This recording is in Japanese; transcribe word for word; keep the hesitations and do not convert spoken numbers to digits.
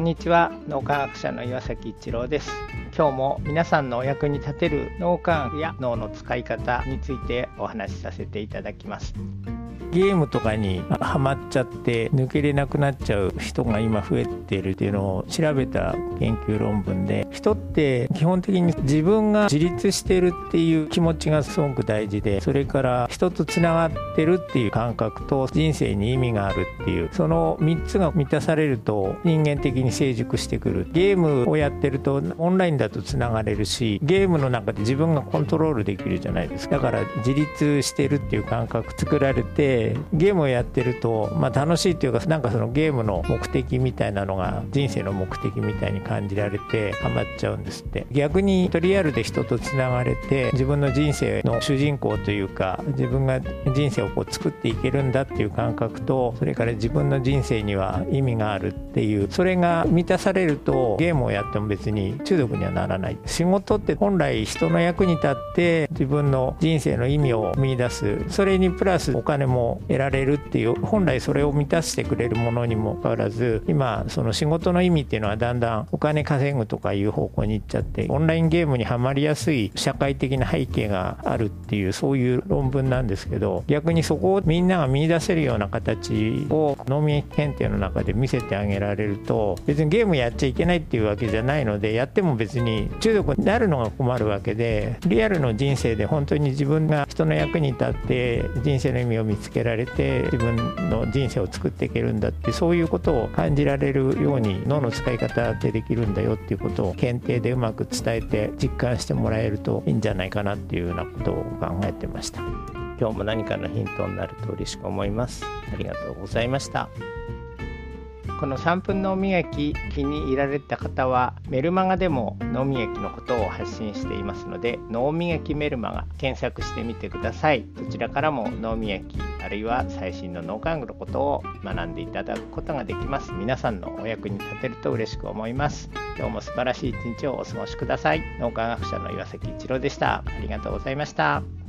こんにちは、脳科学者の岩崎一郎です。今日も皆さんのお役に立てる脳科学や脳の使い方についてお話しさせていただきます。ゲームとかにハマっちゃって抜けれなくなっちゃう人が今増えているっていうのを調べた研究論文で、人って基本的に自分が自立してるっていう気持ちがすごく大事で、それから人とつながってるっていう感覚と人生に意味があるっていう、そのみっつが満たされると人間的に成熟してくる。ゲームをやってるとオンラインだとつながれるし、ゲームの中で自分がコントロールできるじゃないですか。だから自立してるっていう感覚作られて、ゲームをやってると、まあ、楽しいというか、なんかそのゲームの目的みたいなのが人生の目的みたいに感じられてハマっちゃうんですって。逆にリアルで人とつながれて自分の人生の主人公というか、自分が人生をこう作っていけるんだっていう感覚と、それから自分の人生には意味があるっていう、それが満たされるとゲームをやっても別に中毒にはならない。仕事って本来人の役に立って自分の人生の意味を見出す、それにプラスお金も得られるっていう、本来それを満たしてくれるものにもかかわらず、今その仕事の意味っていうのはだんだんお金稼ぐとかいう方向に行っちゃって、オンラインゲームにはまりやすい社会的な背景があるっていう、そういう論文なんですけど、逆にそこをみんなが見出せるような形を脳民検定の中で見せてあげられると、別にゲームやっちゃいけないっていうわけじゃないので、やっても別に中毒になるのが困るわけで、リアルの人生で本当に自分が人の役に立って人生の意味を見つけられて自分の人生を作っていけるんだって、そういうことを感じられるように脳の使い方でできるんだよっていうことを検定でうまく伝えて実感してもらえるといいんじゃないかなっていうようなことを考えてました。今日も何かのヒントになると嬉しく思います。ありがとうございました。このさんぷん脳磨き気に入られた方は、メルマガでも脳磨きのことを発信していますので、脳磨きメルマガ検索してみてください。どちらからも脳磨きあるいは最新の脳科学のことを学んでいただくことができます。皆さんのお役に立てると嬉しく思います。今日も素晴らしい一日をお過ごしください。脳科学者の岩崎一郎でした。ありがとうございました。